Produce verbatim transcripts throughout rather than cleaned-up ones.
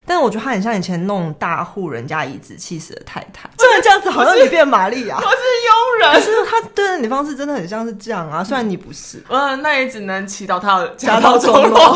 但我觉得他很像以前那种大户人家颐指气使的太太，不能这样子，好像你变玛丽亚， 我是佣人。 可是他对待你方式真的很像是这样啊，虽然你不是。 嗯，那也只能祈祷他家道中落。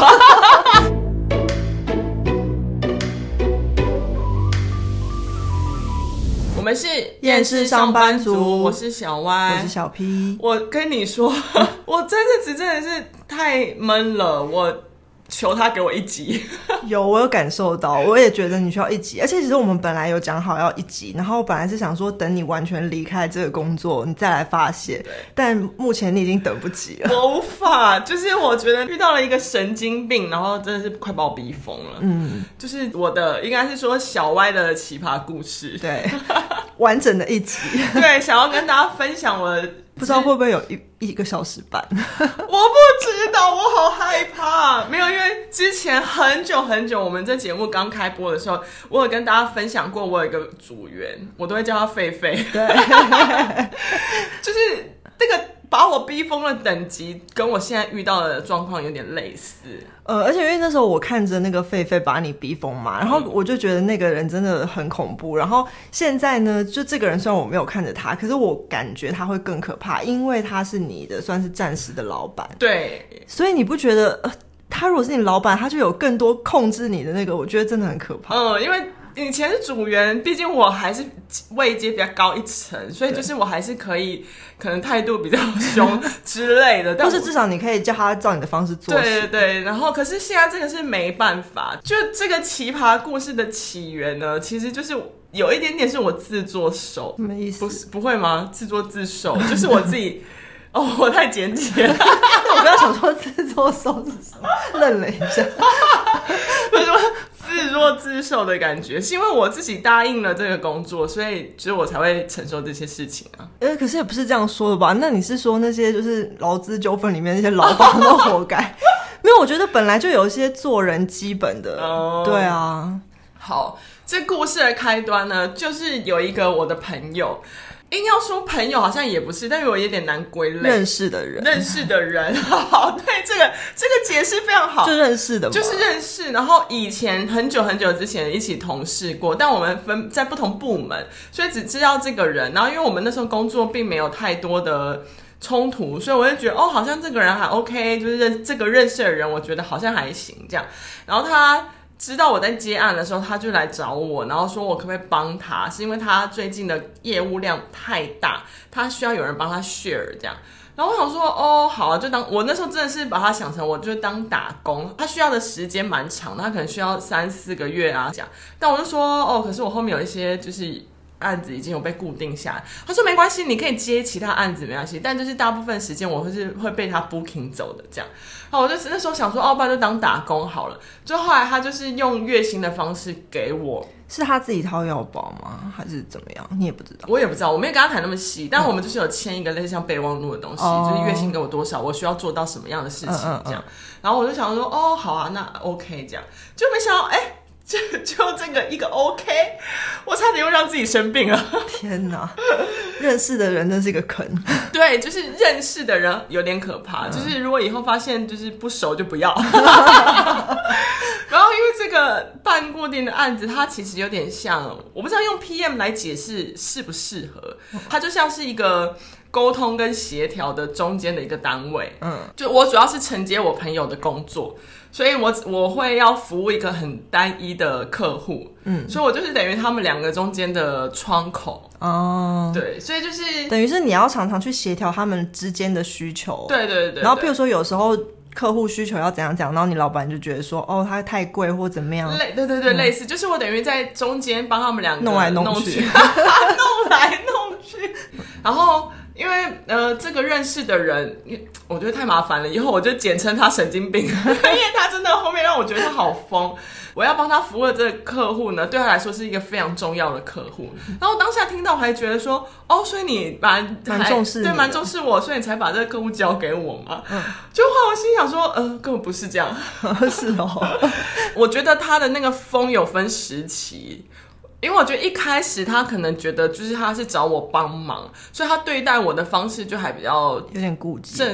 我们是厌世上班族， 我是小歪， 我是小 P。 我跟你说，我这阵子真的是太闷了，我求他给我一集。 有，我有感受到，我也觉得你需要一集，而且其实我们本来有讲好要一集，然后本来是想说等你完全离开这个工作你再来发泄，但目前你已经等不及了。 我无法，就是我觉得遇到了一个神经病，然后真的是快把我逼疯了。嗯，就是我的应该是说小歪的奇葩故事， 对，完整的一集。 对，想要跟大家分享我的。 不知道会不会有一一个小时半？我不知道，我好害怕。没有，因为之前很久很久，我们这节目刚开播的时候，我有跟大家分享过，我有一个组员，我都会叫他狒狒。对，就是这个把我逼疯的等级，跟我现在遇到的状况有点类似。 呃，而且因为那时候我看着那个狒狒把你逼疯嘛，然后我就觉得那个人真的很恐怖。然后现在呢，就这个人虽然我没有看着他，可是我感觉他会更可怕，因为他是你的算是暂时的老板。 对， 所以你不觉得、呃、他如果是你老板，他就有更多控制你的那个，我觉得真的很可怕。 嗯，因为以前是组员，毕竟我还是位阶比较高一层，所以就是我还是可以可能态度比较凶之类的，但或是至少你可以叫他照你的方式做事。 对对对，然后可是现在这个是没办法，就这个奇葩故事的起源呢，其实就是有一点点是我自作手。 什么意思？ 不是，不会吗？自作自受，就是我自己。哦，我太简洁了。 我不要想说自作手是什么，愣了一下。 不是说自作自受的感觉，是因为我自己答应了这个工作，所以就是我才会承受这些事情啊。 呃，可是也不是这样说的吧？那你是说那些就是劳资纠纷里面那些老板都活该？没有，我觉得本来就有一些做人基本的，哦、对啊。 好，这故事的开端呢，就是有一个我的朋友。硬要说朋友好像也不是，但是我有点难归类。 认识的人， 认识的人，好，对，这个这个解释非常好， 就认识的嘛， 就是认识。然后以前很久很久之前一起同事过，但我们分在不同部门，所以只知道这个人。然后因为我们那时候工作并没有太多的冲突，所以我就觉得哦，好像这个人还 OK， 就是认这个认识的人，我觉得好像还行这样。然后他知道我在接案的时候，他就来找我，然后说我可不可以帮他，是因为他最近的业务量太大，他需要有人帮他 share 这样。然后我想说哦好啊，就当我那时候真的是把他想成我就当打工，他需要的时间蛮长的，他可能需要三四个月啊这样。但我就说哦，可是我后面有一些就是案子已经有被固定下来。他说没关系，你可以接其他案子没关系，但就是大部分时间我会是会被他 booking 走的这样。然后我就那时候想说哦，不然就当打工好了。就后来他就是用月薪的方式给我。 是他自己掏腰包吗？还是怎么样？你也不知道。 我也不知道，我没有跟他谈那么细，但我们就是有签一个类似像备忘录的东西，嗯、就是月薪给我多少，我需要做到什么样的事情这样。嗯嗯嗯然后我就想说哦，好啊，那 OK 这样，就没想到哎。就就这个一个 OK， 我差点又让自己生病了。 天哪，认识的人真是一个坑。 对，就是认识的人有点可怕，嗯、就是如果以后发现就是不熟就不要。然后因为这个办固定的案子，它其实有点像，我不知道用 P M 来解释适不适合，它就像是一个沟通跟协调的中间的一个单位。嗯，就我主要是承接我朋友的工作。所以我我会要服务一个很单一的客户，嗯，所以我就是等于他们两个中间的窗口哦，对，所以就是等于是你要常常去协调他们之间的需求， 对对 对, 对， 然后比如说有时候客户需求要怎样讲，然后你老板就觉得说哦他太贵或怎么样， 类对对对、嗯、类似，就是我等于在中间帮他们两个弄来弄去， 弄来弄去，然后。因为呃，这个认识的人，我觉得太麻烦了，以后我就简称他神经病，因为他真的后面让我觉得他好疯。我要帮他服务的这个客户呢，对他来说是一个非常重要的客户。然后当下听到，我还觉得说，哦，所以你蛮蛮重视你， 对，蛮重视我，所以你才把这个客户交给我嘛。嗯，就后来我心想说，呃，根本不是这样， 是哦。 我觉得他的那个疯有分时期。因为我觉得一开始他可能觉得就是他是找我帮忙，所以他对待我的方式就还比较有点顾忌， 正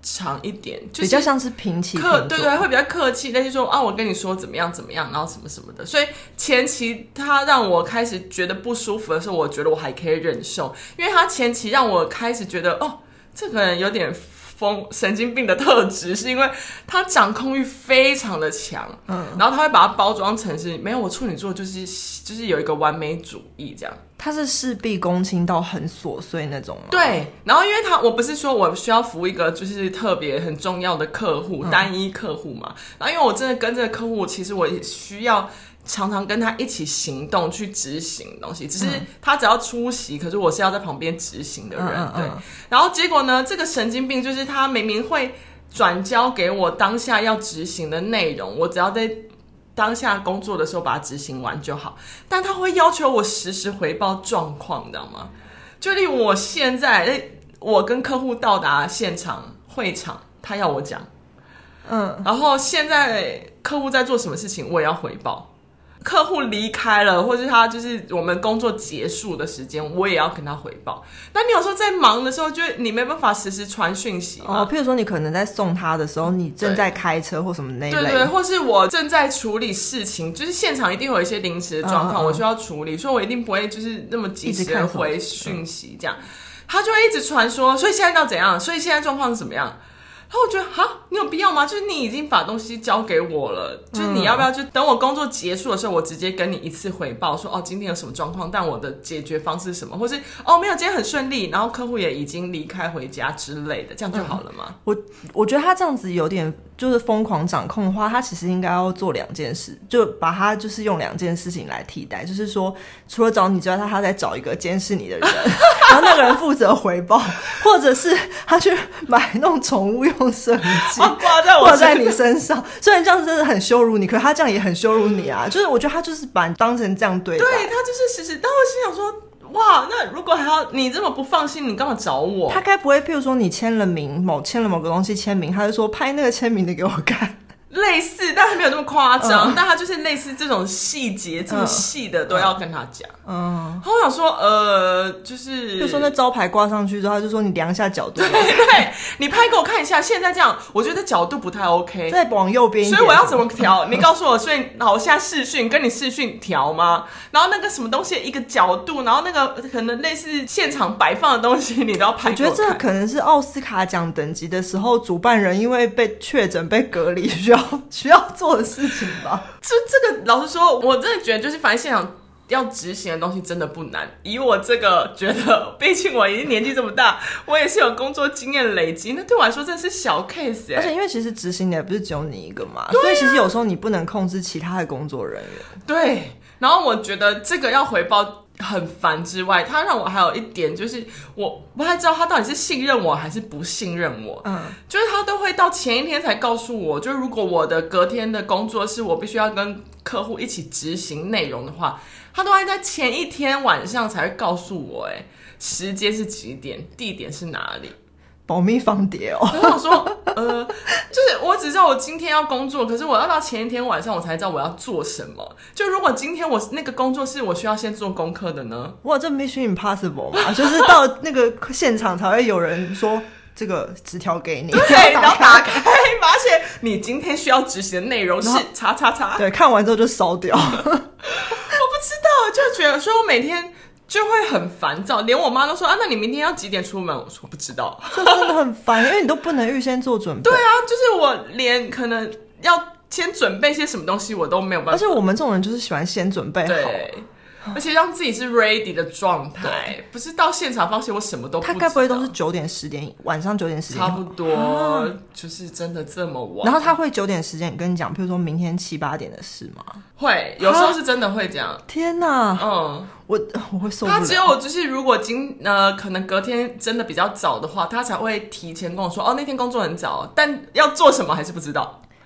长一点，就是比较像是平起平坐， 对对，会比较客气，但是说啊，我跟你说怎么样怎么样，然后什么什么的。所以前期他让我开始觉得不舒服的时候，我觉得我还可以忍受，因为他前期让我开始觉得哦，这个人有点疯神经病的特质，是因为他掌控欲非常的强，嗯，然后他会把它包装成是没有我处女座就是就是有一个完美主义这样。 他是事必躬亲到很琐碎那种吗？ 对，然后因为他我不是说我需要服务一个就是特别很重要的客户、嗯、单一客户嘛，然后因为我真的跟这个客户，其实我也需要常常跟他一起行动去执行东西，只是他只要出席，可是我是要在旁边执行的人，嗯嗯嗯对。然后结果呢，这个神经病就是他明明会转交给我当下要执行的内容，我只要在当下工作的时候把它执行完就好，但他会要求我实时回报状况，你知道吗？就例如我现在我跟客户到达现场会场，他要我讲，嗯，然后现在客户在做什么事情我也要回报，客户离开了或是他就是我们工作结束的时间我也要跟他回报。那你有时候在忙的时候就你没办法实时传讯息嘛， 哦，譬如说你可能在送他的时候你正在开车或什么那一类， 对对，或是我正在处理事情，就是现场一定会有一些临时的状况、嗯、我需要处理，所以我一定不会就是那么及时的回讯息这样、嗯、他就会一直传说所以现在要怎样，所以现在状况是怎么样。然后我觉得哈，你有必要吗？就是你已经把东西交给我了，就是你要不要就等我工作结束的时候，我直接跟你一次回报说哦，今天有什么状况，但我的解决方式是什么，或是哦没有，今天很顺利，然后客户也已经离开回家之类的，这样就好了吗？ 嗯、我我觉得他这样子有点就是疯狂掌控的话，他其实应该要做两件事，就把他就是用两件事情来替代，就是说除了找你之外，他他在找一个监视你的人，然后那个人负责回报，或者是他去买那种宠物用摄影机挂在我挂在你身上。虽然这样真的很羞辱你，可是他这样也很羞辱你啊！就是我觉得他就是把你当成这样对待， 对他就是实时。但我心想说，哇，那如果还要你这么不放心，你干嘛找我？ 他该不会譬如说你签了名，某签了某个东西签名，他就说拍那个签名的给我看。 类似，但还没有那么夸张、嗯、但他就是类似这种细节这么细的都要跟他讲。嗯，然后我想说呃就是就说那招牌挂上去之后，他就说你量一下角度， 对对，你拍给我看一下，现在这样我觉得角度不太 OK， 再往右边一点， 所以我要怎么调？你告诉我。所以好，我现在视讯跟你视讯调吗？然后那个什么东西一个角度，然后那个可能类似现场摆放的东西你都要拍给我看。 我觉得这可能是奥斯卡奖等级的时候主办人因为被确诊被隔离需要需要做的事情吧。 这这个老实说我真的觉得就是反正现场要执行的东西真的不难，以我这个觉得毕竟我已经年纪这么大，我也是有工作经验累积，那对我来说真的是小 case、欸、 而且因为其实执行的也不是只有你一个嘛、啊、所以其实有时候你不能控制其他的工作人员。 对，然后我觉得这个要回报很烦之外，他让我还有一点就是我不太知道他到底是信任我还是不信任我。嗯，就是他都会到前一天才告诉我，就是如果我的隔天的工作是我必须要跟客户一起执行内容的话，他都会在前一天晚上才会告诉我，哎，时间是几点，地点是哪里。 保密防谍哦。 我想说呃就是我只知道我今天要工作，可是我要到前一天晚上我才知道我要做什么。就如果今天我那个工作是我需要先做功课的呢？ 哇，这 Mission Impossible 嘛，就是到那个现场才会有人说这个纸条给你， 对，然后打开，而且你今天需要执行的内容是叉叉叉， 对，看完之后就烧掉。我不知道，就觉得说我每天就会很烦躁，连我妈都说啊，那你明天要几点出门？我说不知道， 这真的很烦，因为你都不能预先做准备。 对啊，就是我连可能要先准备些什么东西我都没有办法。 而且我们这种人就是喜欢先准备好， 对，而且让自己是 ready 的状态，不是到现场发现我什么都不知道。 他该不会都是九点十点晚上九点十点差不多、啊、就是真的这么晚？ 然后他会九点十点跟你讲，譬如说明天七八点的事吗？ 会，有时候是真的会这样。 天哪，嗯，我我会受不了。 他只有就是如果今呃可能隔天真的比较早的话，他才会提前跟我说哦，那天工作很早，但要做什么还是不知道。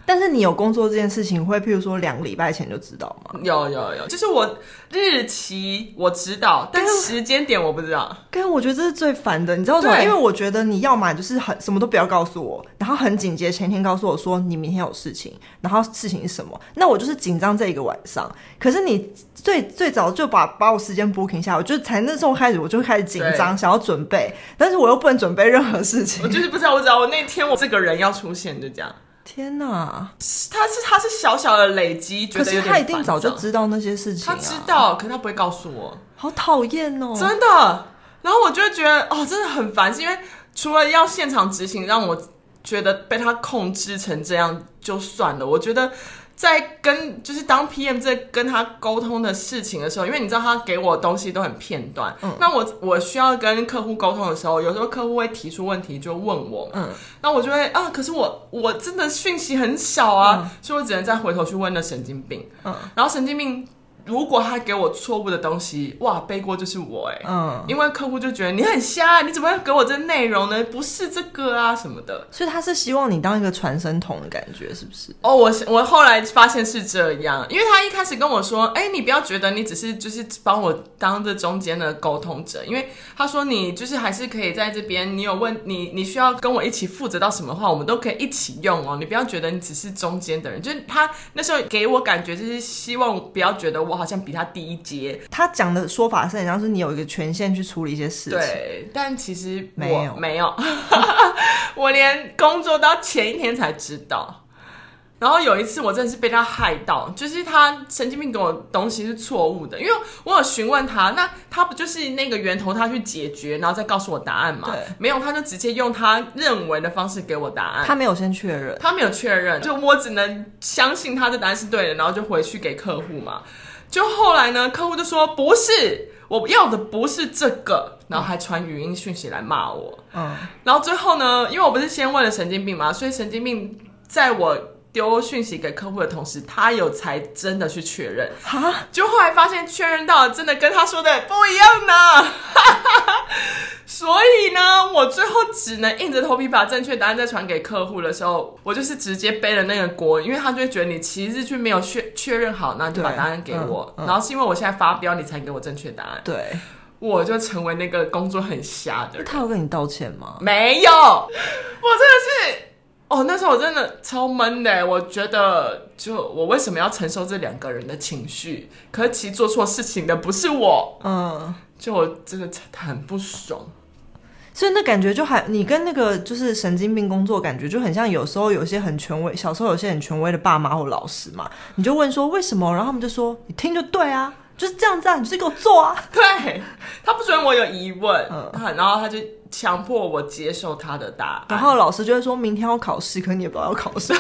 但是你有工作这件事情，会譬如说两个礼拜前就知道吗？ 有有有，就是我日期我知道，但时间点我不知道。 跟我觉得这是最烦的，你知道为什么？因为我觉得你要嘛就是很什么都不要告诉我，然后很紧急前天告诉我说你明天有事情，然后事情是什么，那我就是紧张这一个晚上。可是你最最早就把把我时间 booking 下来，我就才那时候开始我就开始紧张，想要准备，但是我又不能准备任何事情。 我就是不知道，我知道我那天我这个人要出现，就这样。 天哪， 他是他是小小的累积，觉得有点烦躁。 可是他一定早就知道那些事情、啊、 他知道，可是他不会告诉我， 好讨厌哦， 真的。然后我就会觉得哦，真的很烦，是因为除了要现场执行，让我觉得被他控制成这样就算了。我觉得在跟就是当 P M 在跟他沟通的事情的时候，因为你知道他给我的东西都很片段，嗯、那我我需要跟客户沟通的时候，有时候客户会提出问题就问我嘛，嗯，那我就会啊，可是我我真的讯息很少啊，嗯、所以我只能再回头去问那神经病，嗯，然后神经病。如果他给我错误的东西，哇，背锅就是我哎、欸，嗯，因为客户就觉得你很瞎，你怎么会给我这内容呢？不是这个啊什么的， 所以他是希望你当一个传声筒的感觉，是不是？ 哦，我我后来发现是这样，因为他一开始跟我说，哎、欸，你不要觉得你只是就是帮我当这中间的沟通者，因为他说你就是还是可以在这边，你有问你你需要跟我一起负责到什么话，我们都可以一起用哦，你不要觉得你只是中间的人，就是他那时候给我感觉就是希望不要觉得我好像比他第一阶， 他讲的说法是很像是你有一个权限去处理一些事情， 对，但其实我没有没有，我连工作到前一天才知道。然后有一次我真的是被他害到，就是他神经病给我东西是错误的，因为我有询问他，那他不就是那个源头他去解决，然后再告诉我答案嘛？没有，他就直接用他认为的方式给我答案， 他没有先确认， 他没有确认，就我只能相信他的答案是对的，然后就回去给客户嘛。就后来呢，客户就说不是，我要的不是这个，然后还传语音讯息来骂我。嗯，然后最后呢，因为我不是先问了神经病嘛，所以神经病在我丢讯息给客户的同时，他有才真的去确认。哈，就后来发现确认到真的跟他说的不一样呢。所以呢，我最后只能硬着头皮把正确答案再传给客户的时候，我就是直接背了那个锅，因为他就会觉得你其实是没有确确认好，那就把答案给我、嗯嗯，然后是因为我现在发飙，你才给我正确答案。 对， 我就成为那个工作很瞎的人。 他有跟你道歉吗？ 没有，我真的是。哦，那时候我真的超闷的，我觉得就我为什么要承受这两个人的情绪？可是其实做错事情的不是我，嗯，就我真的很不爽。 所以那感觉就还你跟那个就是神经病工作感觉就很像，有时候有些很权威，小时候有些很权威的爸妈或老师嘛，你就问说为什么，然后他们就说你听就对啊。就是这样子啊，你就是给我做啊！ 对，他不准我有疑问，嗯，然后他就强迫我接受他的答案， 然后老师就会说明天要考试，可是你也不知道要考什么。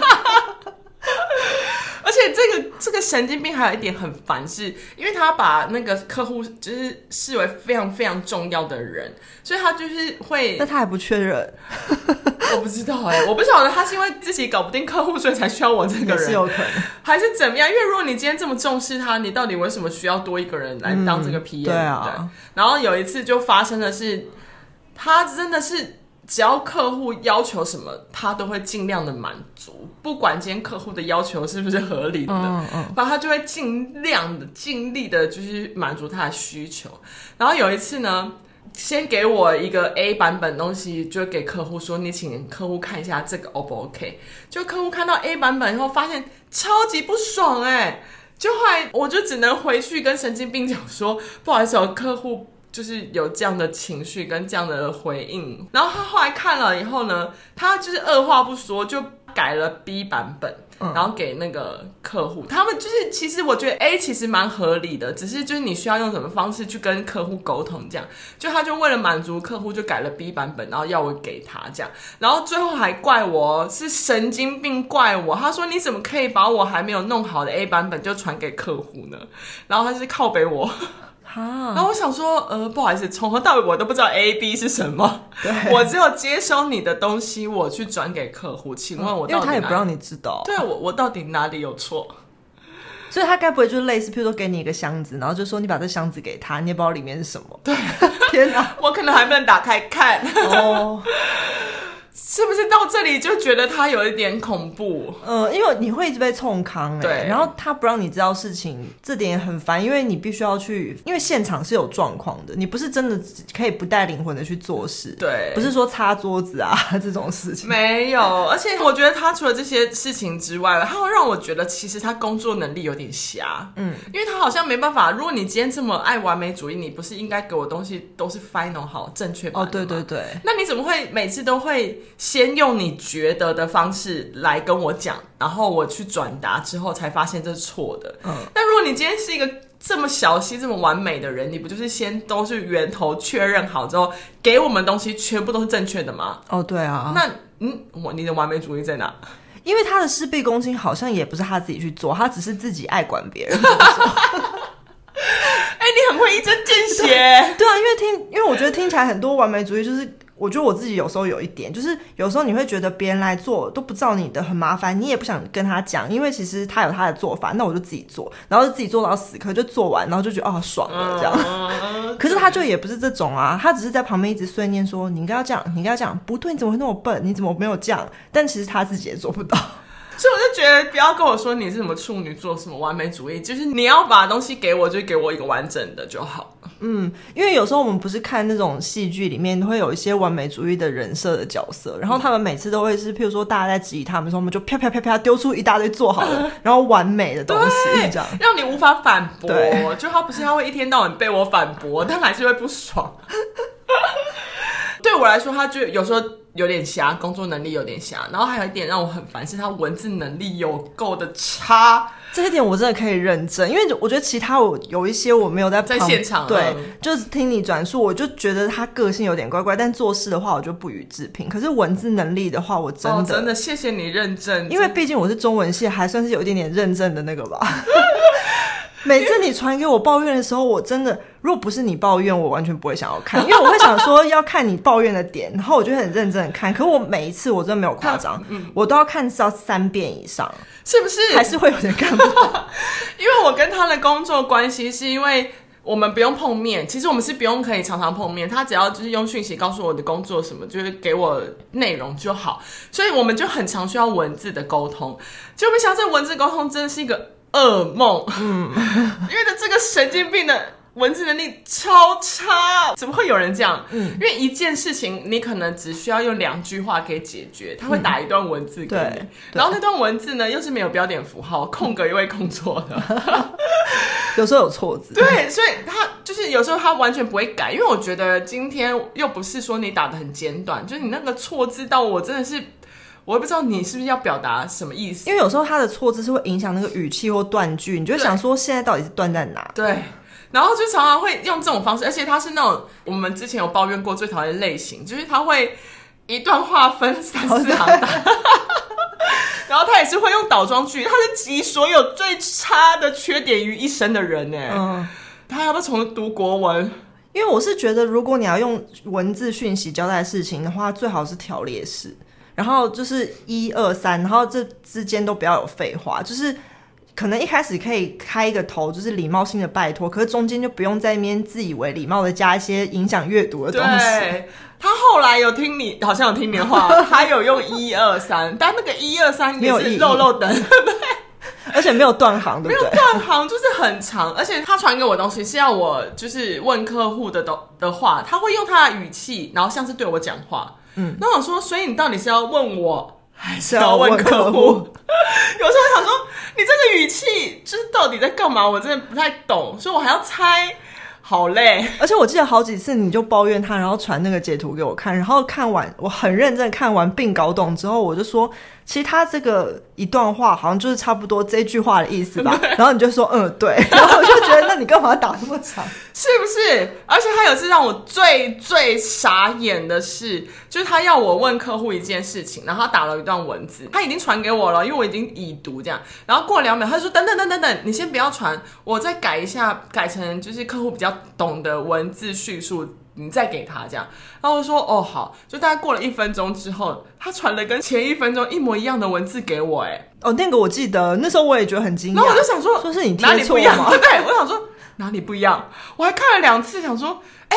而且这个这个神经病还有一点很烦，是因为他把那个客户就是视为非常非常重要的人，所以他就是会， 那他还不确认。 我不知道哎、欸，我不晓得他是因为自己搞不定客户，所以才需要我这个人， 也是有可能， 还是怎么样？因为如果你今天这么重视他，你到底为什么需要多一个人来当这个 P M？、嗯、对啊对。然后有一次就发生的是，他真的是只要客户要求什么，他都会尽量的满足，不管今天客户的要求是不是合理的，嗯嗯，反正他就会尽量的、尽力的，就是满足他的需求。然后有一次呢。先给我一个 A 版本东西，就给客户说，你请客户看一下这个 O 不 OK？ 就客户看到 A 版本以后，发现超级不爽哎、欸，就后来我就只能回去跟神经病讲说，不好意思，客户就是有这样的情绪跟这样的回应。然后他后来看了以后呢，他就是二话不说就改了 B 版本。然后给那个客户，他们就是其实我觉得 A 其实蛮合理的，只是就是你需要用什么方式去跟客户沟通，这样就他就为了满足客户就改了 B 版本，然后要我给他这样，然后最后还怪我是神经病，怪我，他说你怎么可以把我还没有弄好的 A 版本就传给客户呢？然后他是靠北我。然后我想说，呃，不好意思，从头到尾我都不知道 A、B 是什么，我只有接收你的东西，我去转给客户。请问我到底哪里、嗯、因为他也不让你知道， 对我我到底哪里有错？ 所以他该不会就是类似，譬如说给你一个箱子，然后就说你把这箱子给他，你也不知道里面是什么？ 对， 天哪， 我可能还不能打开看。哦， 是不是到这里就觉得他有一点恐怖？ 呃，因为你会一直被冲康哎、欸， 对， 然后他不让你知道事情，这点也很烦，因为你必须要去，因为现场是有状况的，你不是真的可以不带灵魂的去做事， 对， 不是说擦桌子啊这种事情， 没有。而且我觉得他除了这些事情之外，他会让我觉得其实他工作能力有点瞎，嗯，因为他好像没办法。如果你今天这么爱完美主义，你不是应该给我东西都是 final 好正确版的吗？ 哦，对对对， 那你怎么会每次都会先用你觉得的方式来跟我讲，然后我去转达之后才发现这是错的？嗯，那如果你今天是一个这么小心这么完美的人，你不就是先都是源头确认好之后给我们东西全部都是正确的吗？ 哦，对啊， 那嗯，我你的完美主义在哪？ 因为他的事必躬亲好像也不是他自己去做，他只是自己爱管别人哎、欸，你很会一针见血。 对, 对啊，因为听，因为我觉得听起来很多完美主义，就是我觉得我自己有时候有一点，就是有时候你会觉得别人来做都不照你的很麻烦，你也不想跟他讲，因为其实他有他的做法，那我就自己做，然后就自己做到死磕，就做完，然后就觉得哦爽了这样。嗯、可是他就也不是这种啊，他只是在旁边一直碎念说你应该要这样，你应该要这样，不对，你怎么会那么笨？你怎么没有这样？但其实他自己也做不到。 所以我就觉得不要跟我说你是什么处女座什么完美主义，就是你要把东西给我就给我一个完整的就好。 嗯，因为有时候我们不是看那种戏剧里面会有一些完美主义的人设的角色，然后他们每次都会是譬如说大家在质疑他们的时候，我们就啪啪啪啪丢出一大堆做好的然后完美的东西这样让你无法反驳。就他不是他会一天到晚被我反驳，但还是会不爽。对我来说他就有时候有点瞎，工作能力有点瞎，然后还有一点让我很烦是他文字能力有够的差。 这一点我真的可以认证，因为我觉得其他我有一些我没有在在现场， 对、嗯，就是听你转述，我就觉得他个性有点怪怪，但做事的话我就不予置评。可是文字能力的话，我真的、哦、 真的谢谢你认证， 因为毕竟我是中文系，还算是有一点点认证的那个吧。每次你传给我抱怨的时候，我真的如果不是你抱怨，我完全不会想要看，因为我会想说要看你抱怨的点，然后我就很认真的看。可我每一次我真的没有夸张、嗯，我都要看到三遍以上， 是不是？ 还是会有点看不懂。 因为我跟他的工作关系是因为我们不用碰面，其实我们是不用可以常常碰面，他只要就是用讯息告诉我的工作什么，就是给我内容就好，所以我们就很常需要文字的沟通。结果没想到这文字沟通真的是一个噩梦，嗯，因为这个神经病的文字能力超差，怎么会有人这样？嗯，因为一件事情你可能只需要用两句话可以解决，他会打一段文字给你，嗯、然后那段文字呢又是没有标点符号，空格又会空错的， 有时候有错字。 对，所以他就是有时候他完全不会改，因为我觉得今天又不是说你打得很简短，就是你那个错字到我真的是。我也不知道你是不是要表达什么意思， 因为有时候他的错字是会影响那个语气或断句，你就会想说现在到底是断在哪？ 对，然后就常常会用这种方式，而且他是那种我们之前有抱怨过最讨厌的类型，就是他会一段话分三四行打，然后他也是会用倒装句，他是集所有最差的缺点于一身的人哎，嗯，他要不要重读国文？ 因为我是觉得，如果你要用文字讯息交代事情的话，最好是条列式。然后就是一二三，然后这之间都不要有废话，就是可能一开始可以开一个头，就是礼貌性的拜托，可是中间就不用在那边自以为礼貌的加一些影响阅读的东西。 对，他后来有听你，好像有听你的话，他有用一二三，但那个一二三也是漏漏等，对。 而且没有断行，对不对？ 没有断行，就是很长。而且他传给我的东西是要我就是问客户的的话，他会用他的语气，然后像是对我讲话。嗯，那我说，所以你到底是要问我，还是要问客户？有时候我想说，你这个语气就是到底在干嘛？我真的不太懂，所以我还要猜。好累， 而且我记得好几次你就抱怨他，然后传那个截图给我看，然后看完我很认真看完并搞懂之后，我就说其实他这个一段话好像就是差不多这句话的意思吧，然后你就说嗯对，然后我就觉得那你干嘛打那么长？ 是不是？而且他有次让我最最傻眼的是，就是他要我问客户一件事情，然后他打了一段文字，他已经传给我了，因为我已经已读这样，然后过两秒他就说等等等等等，你先不要传，我再改一下，改成就是客户比较懂的文字叙述，你再给他这样。然后我说哦好，就大概过了一分钟之后，他传了跟前一分钟一模一样的文字给我。哎， 哦那个我记得，那时候我也觉得很惊讶， 然后我就想说说是你哪里不一样？ 吗？ 对，我想说哪里不一样，我还看了两次，想说哎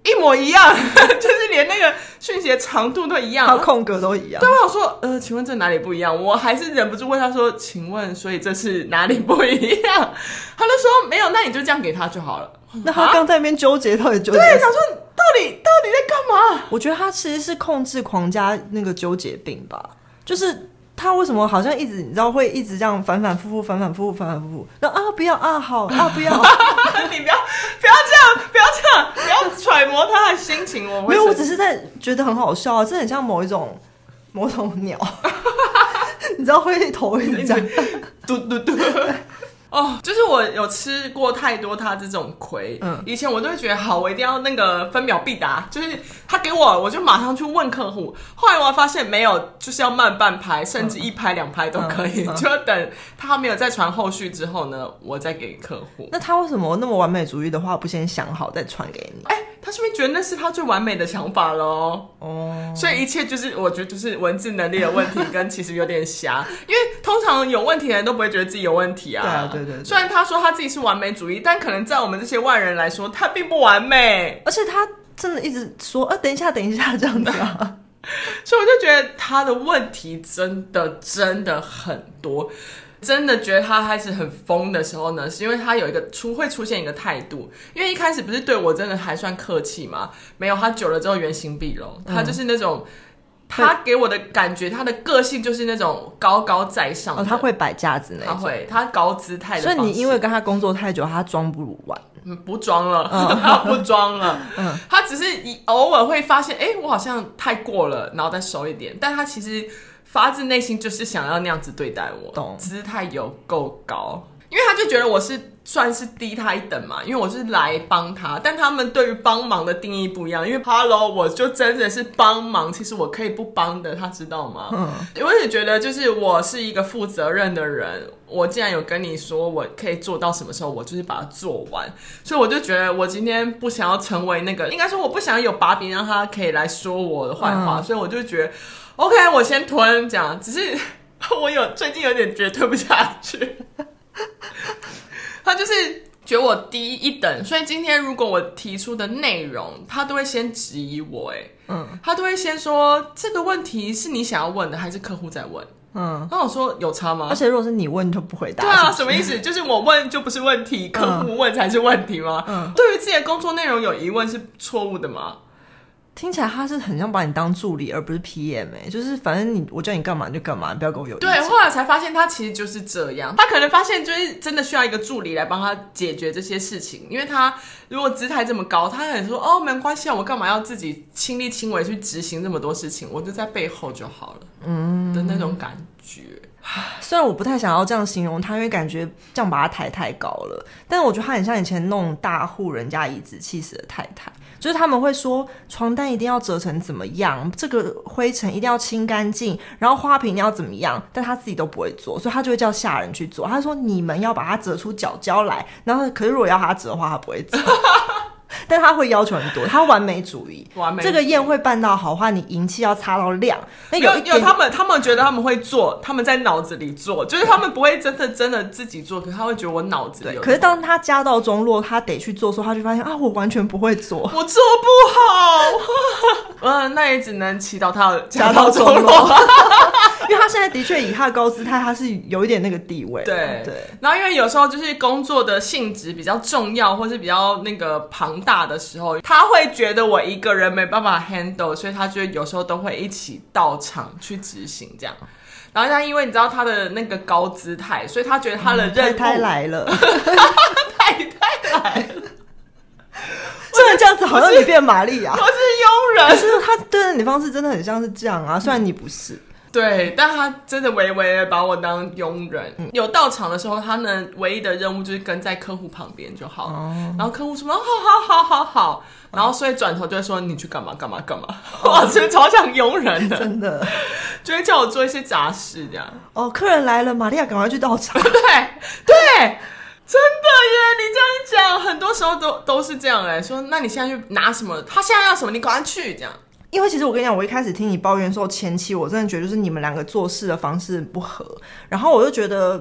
一模一样，就是连那个讯息的长度都一样， 还有空格都一样。 对，我想说，呃，请问这哪里不一样？我还是忍不住问他说，请问，所以这是哪里不一样？他就说没有，那你就这样给他就好了。 那他刚在那边纠结，到底纠结？ 对，想说到底到底在干嘛？ 我觉得他其实是控制狂加那个纠结病吧，就是他为什么好像一直你知道会一直这样反反复复、反反复复、反反复复，然后啊不要啊好啊不要， 你不要不要这样，不要这样，不要揣摩他的心情。我没有，我只是在觉得很好笑啊，这很像某一种某种鸟，你知道会头一直这样嘟嘟嘟。哦，就是我有吃过太多他这种亏，嗯，以前我都会觉得好，我一定要那个分秒必达，就是他给我，我就马上去问客户。后来我发现没有，就是要慢半拍，甚至一拍两拍都可以，嗯嗯、就要等他没有再传后续之后呢，我再给客户。 那他为什么那么完美主义的话，不先想好再传给你？ 哎、欸，他是不是觉得那是他最完美的想法咯？哦，所以一切就是我觉得就是文字能力的问题，跟其实有点瞎，因为通常有问题的人都不会觉得自己有问题啊。 对啊，对对对。 虽然他说他自己是完美主义，但可能在我们这些外人来说，他并不完美。 而且他真的一直说，呃，等一下，等一下这样子啊。 所以我就觉得他的问题真的真的很多。真的觉得他开始很疯的时候呢，是因为他有一个出会出现一个态度，因为一开始不是对我真的还算客气嘛，没有，他久了之后原形毕露，他就是那种。嗯，他给我的感觉，他的个性就是那种高高在上的， 哦，他会摆架子那种， 他会，他高姿态的方式。 所以你因为跟他工作太久，他装不完， 嗯，不装了，嗯、他不装了，嗯，他只是偶尔会发现，哎，我好像太过了，然后再收一点，但他其实发自内心就是想要那样子对待我，懂，姿态有够高，因为他就觉得我是。算是低他一等嘛，因为我是来帮他，但他们对于帮忙的定义不一样。因为 Hello， 我就真的是帮忙，其实我可以不帮的，他知道吗？嗯，我也觉得就是我是一个负责任的人，我既然有跟你说我可以做到什么时候，我就是把它做完。所以我就觉得我今天不想要成为那个，应该说我不想要有把柄让他可以来说我的坏话，嗯，所以我就觉得 OK， 我先吞这样。只是我有最近有点觉得吞不下去。他就是觉得我低一等，所以今天如果我提出的内容，他都会先质疑我，哎，嗯，他都会先说这个问题是你想要问的，还是客户在问？嗯，然后我说有差吗？ 而且如果是你问就不回答， 对啊， 是不是什么意思？就是我问就不是问题，客户问才是问题吗？嗯，对于自己的工作内容有疑问是错误的吗？ 听起来他是很像把你当助理而不是 P M 哎、欸，就是反正你我叫你干嘛你就干嘛，你不要跟我有意见。 对，后来才发现他其实就是这样，他可能发现就是真的需要一个助理来帮他解决这些事情，因为他如果姿态这么高，他可能说哦没关系啊，我干嘛要自己亲力亲为去执行这么多事情，我就在背后就好了，嗯的那种感觉。 虽然我不太想要这样形容他，因为感觉这样把他抬太高了，但是我觉得他很像以前那种大户人家颐指气使的太太，就是他们会说床单一定要折成怎么样，这个灰尘一定要清干净，然后花瓶一定要怎么样，但他自己都不会做，所以他就会叫下人去做。他说你们要把它折出角胶来，然后可是如果要他折的话他不会折但他会要求很多，他完美主义，完美主义这个宴会办到好话，你银器要擦到亮。那有一点有他们，他们觉得他们会做，他们在脑子里做，就是他们不会真的真的自己做，可是他会觉得我脑子里有。 可是当他家道中落，他得去做的时候，他就发现啊，我完全不会做， 我做不好。嗯，那也只能祈祷他家道中落。 因为他现在的确以他的高姿态，他是有一点那个地位。 对对。然后因为有时候就是工作的性质比较重要，或是比较那个庞大的时候，他会觉得我一个人没办法 handle， 所以他就有时候都会一起到场去执行这样。然后他因为你知道他的那个高姿态，所以他觉得他的任务、嗯、 太太来了， 太太来了。 虽然这样子好像你变玛丽亚， 我是佣人， 可是他对待你的方式真的很像是这样啊，虽然你不是。 对，但他真的微微的把我当佣人、嗯、有到场的时候，他呢唯一的任务就是跟在客户旁边就好、哦、然后客户说好好好好好，然后所以转头就会说你去干嘛干嘛干嘛、哦、哇，真的超像佣人的， 真的就会叫我做一些杂事这样。 哦，客人来了，玛利亚赶快去到场。 对对，真的耶，你这样一讲很多时候都都是这样耶，说那你现在去拿什么，他现在要什么你赶快去这样。 因为其实我跟你讲，我一开始听你抱怨的时候，前期我真的觉得就是你们两个做事的方式不合，然后我就觉得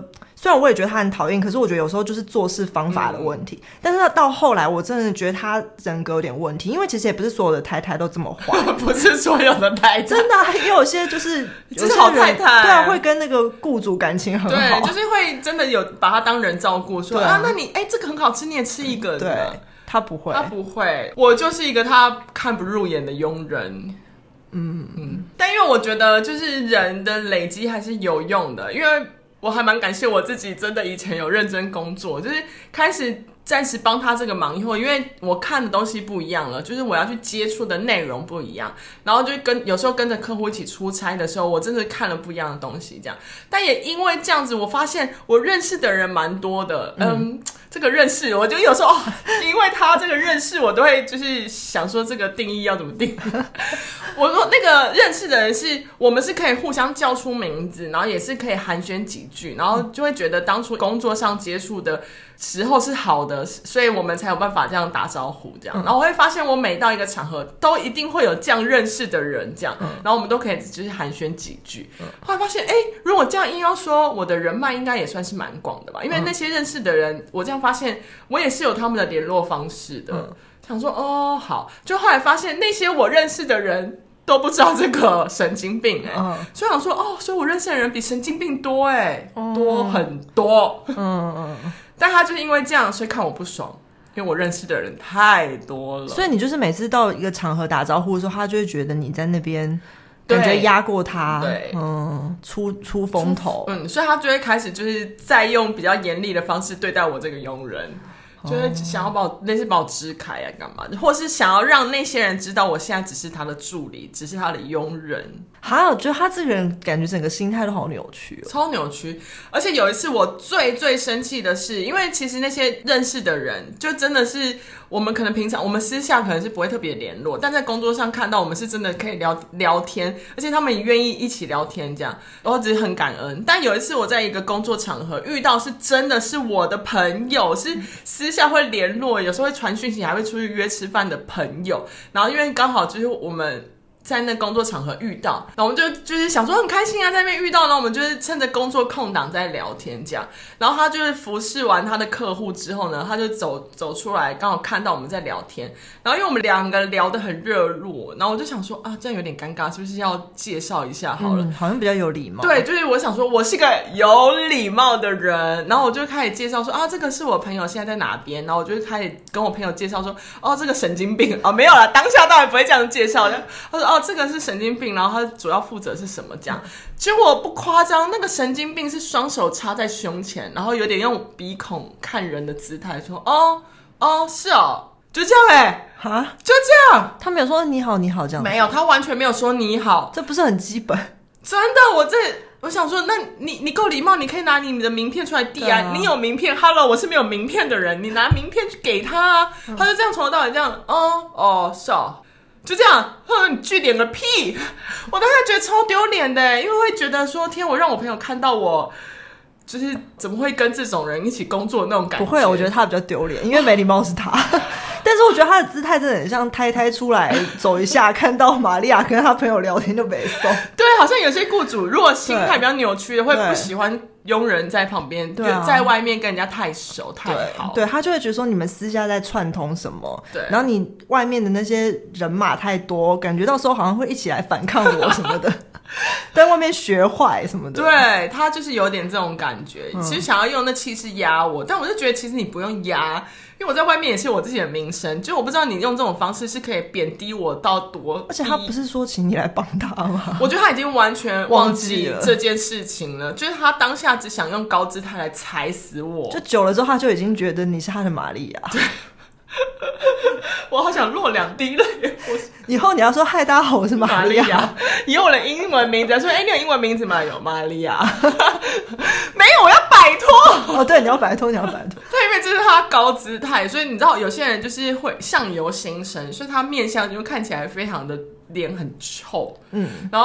虽然我也觉得他很讨厌，可是我觉得有时候就是做事方法的问题、嗯、但是到后来我真的觉得他人格有点问题，因为其实也不是所有的太太都这么坏不是所有的太太真的、啊、也有些就是有些好太太对啊，会跟那个雇主感情很好， 对，就是会真的有把他当人照顾，说 啊, 啊那你哎、欸、这个很好吃你也吃一个， 对，他不会， 他不会，我就是一个他看不入眼的庸人。嗯嗯，但因为我觉得就是人的累积还是有用的，因为我还蛮感谢我自己，真的以前有认真工作，就是开始暂时帮他这个忙以后，因为我看的东西不一样了，就是我要去接触的内容不一样，然后就跟有时候跟着客户一起出差的时候，我真的看了不一样的东西这样。但也因为这样子，我发现我认识的人蛮多的，嗯。嗯这个认识，我就有时候、哦、因为他这个认识，我都会就是想说这个定义要怎么定。我说那个认识的人是我们是可以互相叫出名字，然后也是可以寒暄几句，然后就会觉得当初工作上接触的时候是好的，所以我们才有办法这样打招呼这样。然后我会发现我每到一个场合都一定会有这样认识的人这样，然后我们都可以就是寒暄几句。后来发现哎，如果这样硬要说，我的人脉应该也算是蛮广的吧，因为那些认识的人，我这样发现我也是有他们的联络方式的、嗯、想说哦好，就后来发现那些我认识的人都不知道这个神经病哎、欸嗯，所以想说哦，所以我认识的人比神经病多哎、欸嗯，多很多，嗯嗯，但他就是因为这样，所以看我不爽，因为我认识的人太多了， 所以你就是每次到一个场合打招呼的时候，他就会觉得你在那边感觉压过他， 对， 嗯，出出风头， 嗯，所以他就会开始就是再用比较严厉的方式对待我这个佣人。就会想要把我类似把我支开啊，干嘛的，或是想要让那些人知道我现在只是他的助理，只是他的佣人。 还有，觉得他这个人感觉整个心态都好扭曲、哦， 超扭曲。而且有一次我最最生气的是，因为其实那些认识的人，就真的是我们可能平常我们私下可能是不会特别联络，但在工作上看到我们是真的可以聊聊天，而且他们也愿意一起聊天这样，然后只是很感恩。但有一次我在一个工作场合遇到是真的是我的朋友，是私下会联络，有时候会传讯息，还会出去约吃饭的朋友。然后因为刚好就是我们在那工作场合遇到，然后我们就就是想说很开心啊，在那边遇到，然后我们就是趁着工作空档在聊天这样。然后他就是服侍完他的客户之后呢，他就走走出来，刚好看到我们在聊天。然后因为我们两个聊得很热络，然后我就想说啊，这样有点尴尬，是不是要介绍一下好了、 嗯？好像比较有礼貌。 对，就是我想说我是个有礼貌的人，然后我就开始介绍说啊，这个是我朋友现在在哪边，然后我就开始跟我朋友介绍说，哦，这个神经病哦，没有啦，当下当然不会这样介绍的。他说哦，这个是神经病，然后他主要负责是什么这样？结果不夸张，那个神经病是双手插在胸前，然后有点用鼻孔看人的姿态说，哦哦，是哦。就这样哎、欸， 哈， 就这样， 他没有说你好你好这样， 没有，他完全没有说你好， 这不是很基本？真的，我这我想说，那你你够礼貌，你可以拿你的名片出来递 啊, 啊，你有名片 ，Hello， 我是没有名片的人，你拿名片去给他啊，嗯、他就这样从头到尾这样，哦哦是哦，就这样，或者你句点个屁，我当时觉得超丢脸的，因为会觉得说，天，我让我朋友看到我。就是怎么会跟这种人一起工作的那种感觉？ 不会，我觉得他比较丢脸，因为没礼貌是他。但是我觉得他的姿态真的很像太太出来走一下，看到玛利亚跟他朋友聊天就没送。 对，好像有些雇主如果心态比较扭曲的，会不喜欢佣人在旁边，对、啊，在外面跟人家太熟太好， 对，对他就会觉得说你们私下在串通什么，对，然后你外面的那些人马太多，感觉到时候好像会一起来反抗我什么的。在外面学坏什么的， 对，他就是有点这种感觉、嗯、其实想要用那气势压我，但我就觉得其实你不用压，因为我在外面也是有我自己的名声，就我不知道你用这种方式是可以贬低我到多低， 而且他不是说请你来帮他吗？ 我觉得他已经完全忘记这件事情了，就是他当下只想用高姿态来踩死我， 就久了之后他就已经觉得你是他的玛利亚。对， 我好想落两滴泪。 以后你要说嗨大家好，我是玛利亚， 以后我的英文名字说哎、欸，你有英文名字吗？有，玛利亚。没有，我要摆脱。 哦，对，你要摆脱，你要摆脱。 对，因为这是他高姿态，所以你知道有些人就是会相由心生，所以他面相就看起来非常的脸很臭。嗯，然后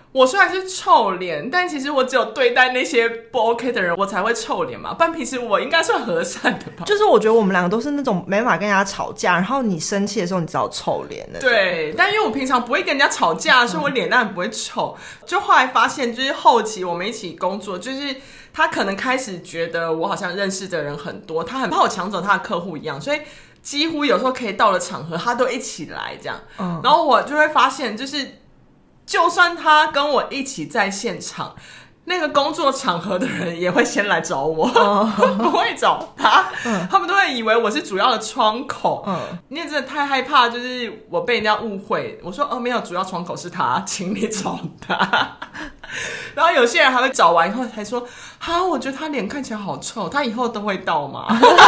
我虽然是臭脸，但其实我只有对待那些不 OK 的人，我才会臭脸嘛。不然平时我应该算和善的吧？ 就是我觉得我们两个都是那种没法跟人家吵架，然后你生气的时候你只好臭脸的。 对，但因为我平常不会跟人家吵架，所以我脸当然不会臭。就后来发现，就是后期我们一起工作，就是他可能开始觉得我好像认识的人很多，他很怕我抢走他的客户一样，所以几乎有时候可以到了场合，他都一起来这样。嗯，然后我就会发现，就是就算他跟我一起在现场，那个工作场合的人也会先来找我，哦、不会找他、嗯，他们都会以为我是主要的窗口。嗯，你也真的太害怕，就是我被人家误会。我说哦，没有，主要窗口是他，请你找他。然后有些人还会找完以后才说，哈，我觉得他脸看起来好臭，他以后都会到吗？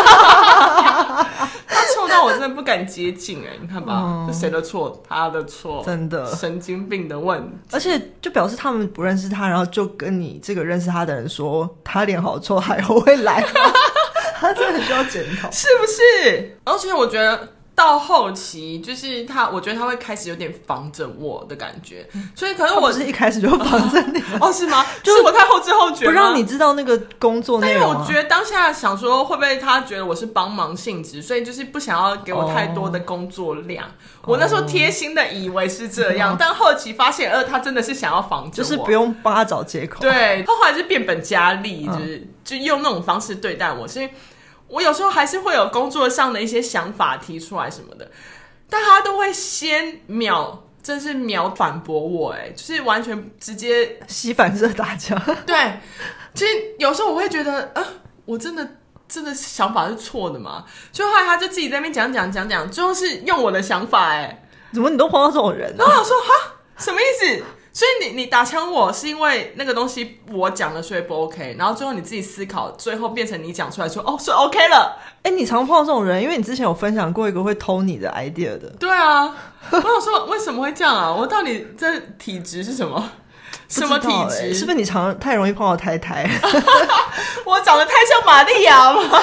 他臭到我真的不敢接近哎、欸，你看吧，嗯、是谁的错？他的错， 真的神经病的问题。 而且就表示他们不认识他，然后就跟你这个认识他的人说他脸好臭，还会来吗？他真的很需要检讨， 是不是？而且我觉得。到后期就是他，我觉得他会开始有点防着我的感觉，所以可能我不是一开始就防着你哦，哦是吗？就是我太后知后觉吗， 不让你知道那个工作内容、啊。 但是我觉得当下想说，会不会他觉得我是帮忙性质，所以就是不想要给我太多的工作量。哦、我那时候贴心的以为是这样，哦、但后期发现，呃，他真的是想要防着我， 就是不用帮他找借口。 对，他后来就变本加厉，就是、嗯、就用那种方式对待我，所以我有时候还是会有工作上的一些想法提出来什么的。但他都会先秒，真是秒反驳我，哎，就是完全直接吸反射打架。 对，其实有时候我会觉得，呃，我真的真的想法是错的嘛？就后来他就自己在那边讲讲讲讲，最后是用我的想法，哎， 怎么你都碰到这种人、啊？ 然后我说哈，什么意思？所以你你打枪我是因为那个东西我讲了所以不 OK， 然后最后你自己思考，最后变成你讲出来说哦是 OK 了。 哎、欸，你常碰到这种人，因为你之前有分享过一个会偷你的 idea 的。 对啊，我想说为什么会这样啊？我到底这体质是什么？什么体质、欸？ 是不是你常太容易碰到太太？ 我长得太像玛利亚吗？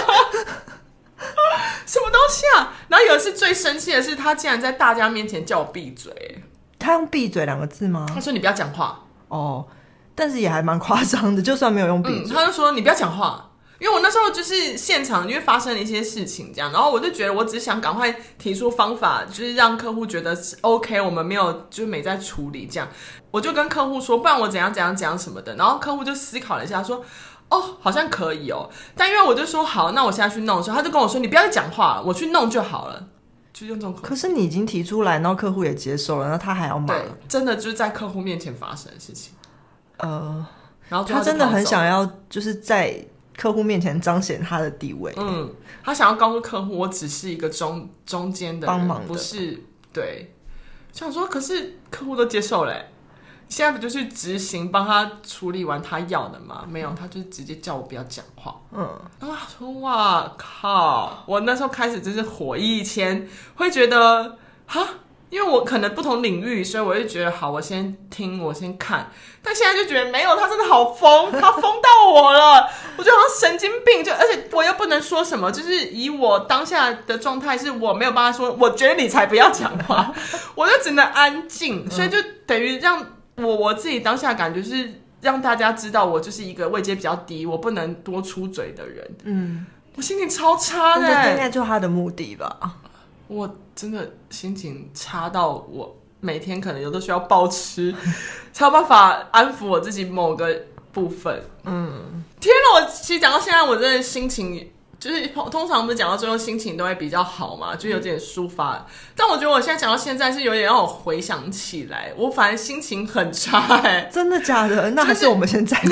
什么东西啊？然后有一次最生气的是，他竟然在大家面前叫我闭嘴。 他用闭嘴两个字吗？ 他说你不要讲话。 哦，但是也还蛮夸张的，就算没有用闭嘴、 嗯、他就说你不要讲话，因为我那时候就是现场因为发生了一些事情这样，然后我就觉得我只是想赶快提出方法，就是让客户觉得是 OK， 我们没有就是没在处理这样，我就跟客户说不然我怎样怎样怎样什么的，然后客户就思考了一下说哦好像可以哦，但因为我就说好那我现在去弄的时候，他就跟我说你不要再讲话，我去弄就好了，就用这种口气。 可是你已经提出来，然后客户也接受了，那他还要骂？ 对，真的就是在客户面前发生的事情。 呃， 然后他真的很想要，就是在客户面前彰显他的地位。 嗯，他想要告诉客户，我只是一个中中间的人， 帮忙的， 不是对。想说，可是客户都接受了，现在不就是执行帮他处理完他要的吗？没有，他就是直接叫我不要讲话。嗯，然后他说：“哇靠！”我那时候开始就是火一千，会觉得哈。因为我可能不同领域，所以我就觉得好，我先听，我先看。但现在就觉得没有，他真的好疯，他疯到我了，我就好像神经病，就而且我又不能说什么，就是以我当下的状态，是我没有办法说，我觉得你才不要讲话，我就只能安静，所以就等于让我我自己当下感觉是让大家知道我就是一个位阶比较低，我不能多出嘴的人。嗯，我心情超差的， 这应该就是他的目的吧。 我真的心情差到我每天可能有的需要暴吃才有办法安抚我自己某个部分。嗯，天哪！我其实讲到现在，我真的心情就是通常不是讲到最后心情都会比较好嘛，就有点抒发。嗯、但我觉得我现在讲到现在是有点让我回想起来，我反而心情很差哎、欸， 真的假的？那还是我们先暂停。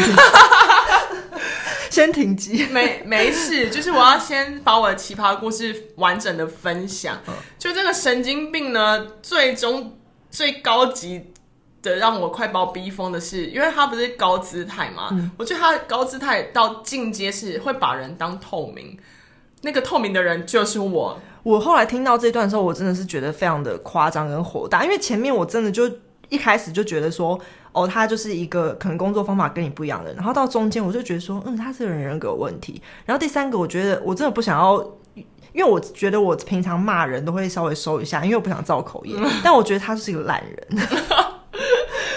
先停机， 没没事，就是我要先把我的奇葩故事完整的分享。嗯、就这个神经病呢，最终最高级的让我快把我逼疯的是，因为他不是高姿态嘛，嗯、我觉得他的高姿态到进阶是会把人当透明，那个透明的人就是我。 我后来听到这段的时候，我真的是觉得非常的夸张跟火大，因为前面我真的就一开始就觉得说。哦，他就是一个可能工作方法跟你不一样的人，然后到中间我就觉得说，嗯，他这个人人格有问题。然后第三个，我觉得我真的不想要，因为我觉得我平常骂人都会稍微收一下，因为我不想造口业。嗯、但我觉得他就是一个烂人。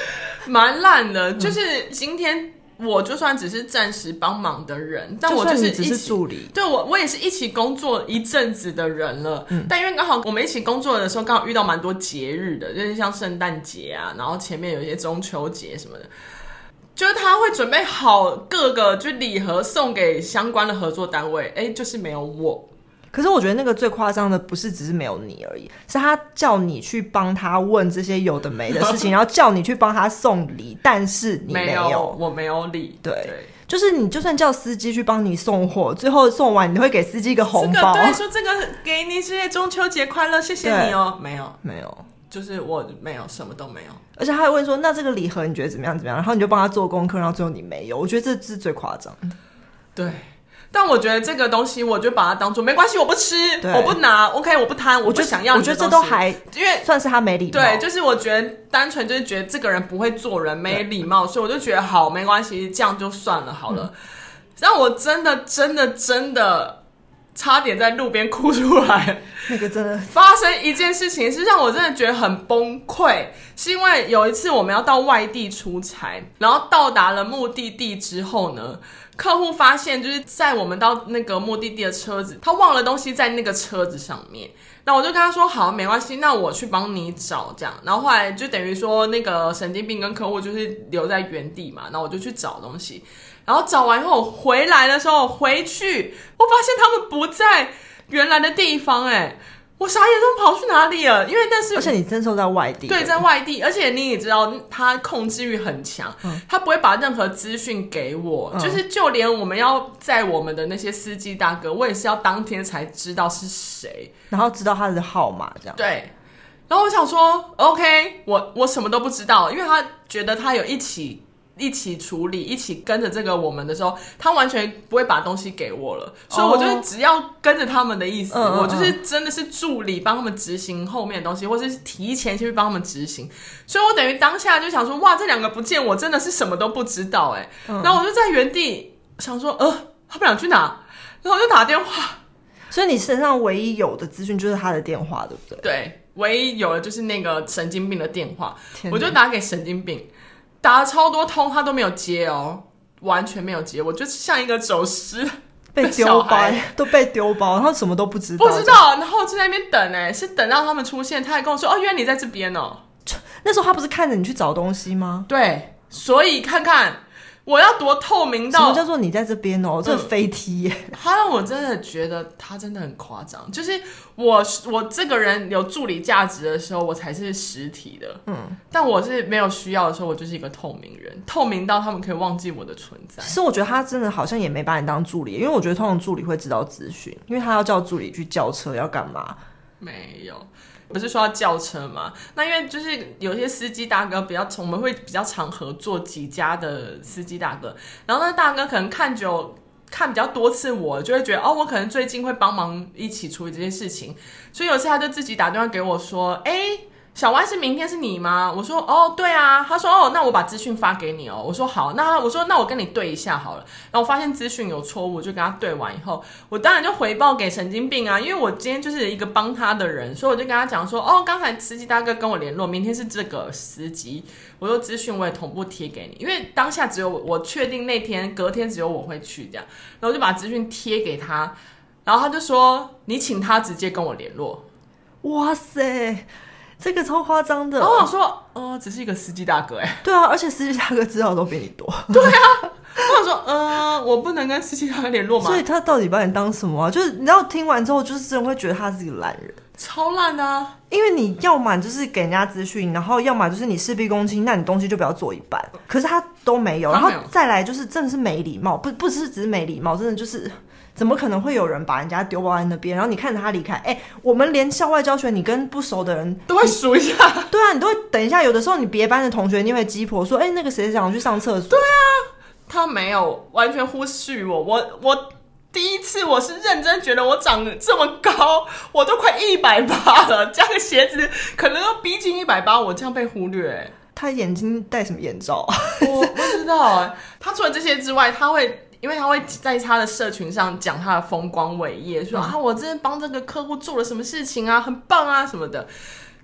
蛮烂的。就是今天我就算只是暂时帮忙的人，但我就是一起只是助理， 对我我也是一起工作一阵子的人了。嗯，但因为刚好我们一起工作的时候，刚好遇到蛮多节日的，就是像圣诞节啊，然后前面有一些中秋节什么的。就是他会准备好各个就礼盒送给相关的合作单位，哎，就是没有我。 可是我觉得那个最夸张的不是只是没有你而已，是他叫你去帮他问这些有的没的事情，然后叫你去帮他送礼，但是你没有， 没有我没有礼。 对，对，就是你就算叫司机去帮你送货，最后送完你会给司机一个红包， 这个对，说这个给你，谢谢中秋节快乐，谢谢你哦。没有， 没有。 就是我没有，什么都没有， 而且他还问说那这个礼盒你觉得怎么样怎么样，然后你就帮他做功课，然后最后你没有，我觉得这是最夸张的。 对，但我觉得这个东西我就把它当做没关系，我不吃，我不拿 OK， 我不贪，我不想要你的东西。我觉得这都还因为算是他没礼貌。 对，就是我觉得单纯就是觉得这个人不会做人，没礼貌，所以我就觉得好没关系，这样就算了好了。让、嗯、我真的真的真的差点在路边哭出来。 那个真的发生一件事情是让我真的觉得很崩溃，是因为有一次我们要到外地出差，然后到达了目的地之后呢，客户发现就是在我们到那个目的地的车子，他忘了东西在那个车子上面。那我就跟他说好，没关系，那我去帮你找这样。然后后来就等于说那个神经病跟客户就是留在原地嘛，然后我就去找东西。然后找完以后回来的时候回去，我发现他们不在原来的地方。哎，我傻眼，他们跑去哪里了？因为那是而且你真的在外地， 对，在外地，而且你也知道他控制欲很强、嗯、他不会把任何资讯给我、嗯、就是就连我们要载我们的那些司机大哥，我也是要当天才知道是谁， 然后知道他的号码这样。 对，然后我想说 OK， 我我什么都不知道，因为他觉得他有一起一起处理，一起跟着这个我们的时候，他完全不会把东西给我了，所以我就只要跟着他们的意思、哦、我就是真的是助理，帮他们执行后面的东西，或是提前去帮他们执行。所以我等于当下就想说，哇，这两个不见，我真的是什么都不知道哎、嗯。然后我就在原地想说，呃，他们俩去哪？然后我就打电话。 所以你身上唯一有的资讯就是他的电话，对不对？ 对，唯一有的就是那个神经病的电话，我就打给神经病。打了超多通，他都没有接哦，完全没有接，我就像一个走失被丢包，都被丢包，然后什么都不知道， 不知道，然后就在那边等哎，是等到他们出现，他还跟我说哦，原来你在这边哦。 那时候他不是看着你去找东西吗？ 对，所以看看我要多透明到什么叫做你在这边哦，这飞踢耶、 嗯！他让我真的觉得他真的很夸张，就是我我这个人有助理价值的时候，我才是实体的，嗯，但我是没有需要的时候，我就是一个透明人，透明到他们可以忘记我的存在。 其实我觉得他真的好像也没把你当助理，因为我觉得通常助理会知道资讯，因为他要叫助理去叫车要干嘛？ 没有。不是说要叫车吗？那因为就是有些司机大哥比较，我们会比较常合作几家的司机大哥，然后那大哥可能看久看比较多次我，就会觉得哦，我可能最近会帮忙一起处理这些事情，所以有次他就自己打电话给我说，哎。小歪是明天是你吗？我说哦对啊，他说哦那我把资讯发给你哦，我说好，那我说那我跟你对一下好了，然后我发现资讯有错误，就跟他对完以后，我当然就回报给神经病啊，因为我今天就是一个帮他的人，所以我就跟他讲说哦刚才司机大哥跟我联络，明天是这个司机，我说资讯我也同步贴给你，因为当下只有我确定那天隔天只有我会去这样，然后我就把资讯贴给他，然后他就说你请他直接跟我联络。 哇塞，这个超夸张的。 然后我想说哦只是一个司机大哥哎。 对啊，而且司机大哥知道都比你多。 对啊，我想说呃我不能跟司机大哥联络吗？ 所以他到底把你当什么啊？就是你知道听完之后就是真的会觉得他是一个烂人， 超烂的啊。因为你要么就是给人家资讯，然后要么就是你事必躬亲，那你东西就不要做一半，可是他都没有，然后再来就是真的是没礼貌，不不是只是没礼貌，真的就是怎么可能会有人把人家丢包在那边，然后你看着他离开？哎、欸，我们连校外教学，你跟不熟的人都会数一下。 对啊，你都会等一下。有的时候你别班的同学，你会鸡婆说：“哎、欸，那个谁想去上厕所。” 对啊，他没有完全忽视我。我我第一次我是认真觉得我长这么高，我都快一百八了，这样的鞋子可能要逼近一百八，我这样被忽略、欸。 他眼睛戴什么眼罩啊？ 我不知道哎、欸。他除了这些之外，他会。因为他会在他的社群上讲他的风光伟业，说、嗯、啊我真的帮这个客户做了什么事情啊，很棒啊什么的。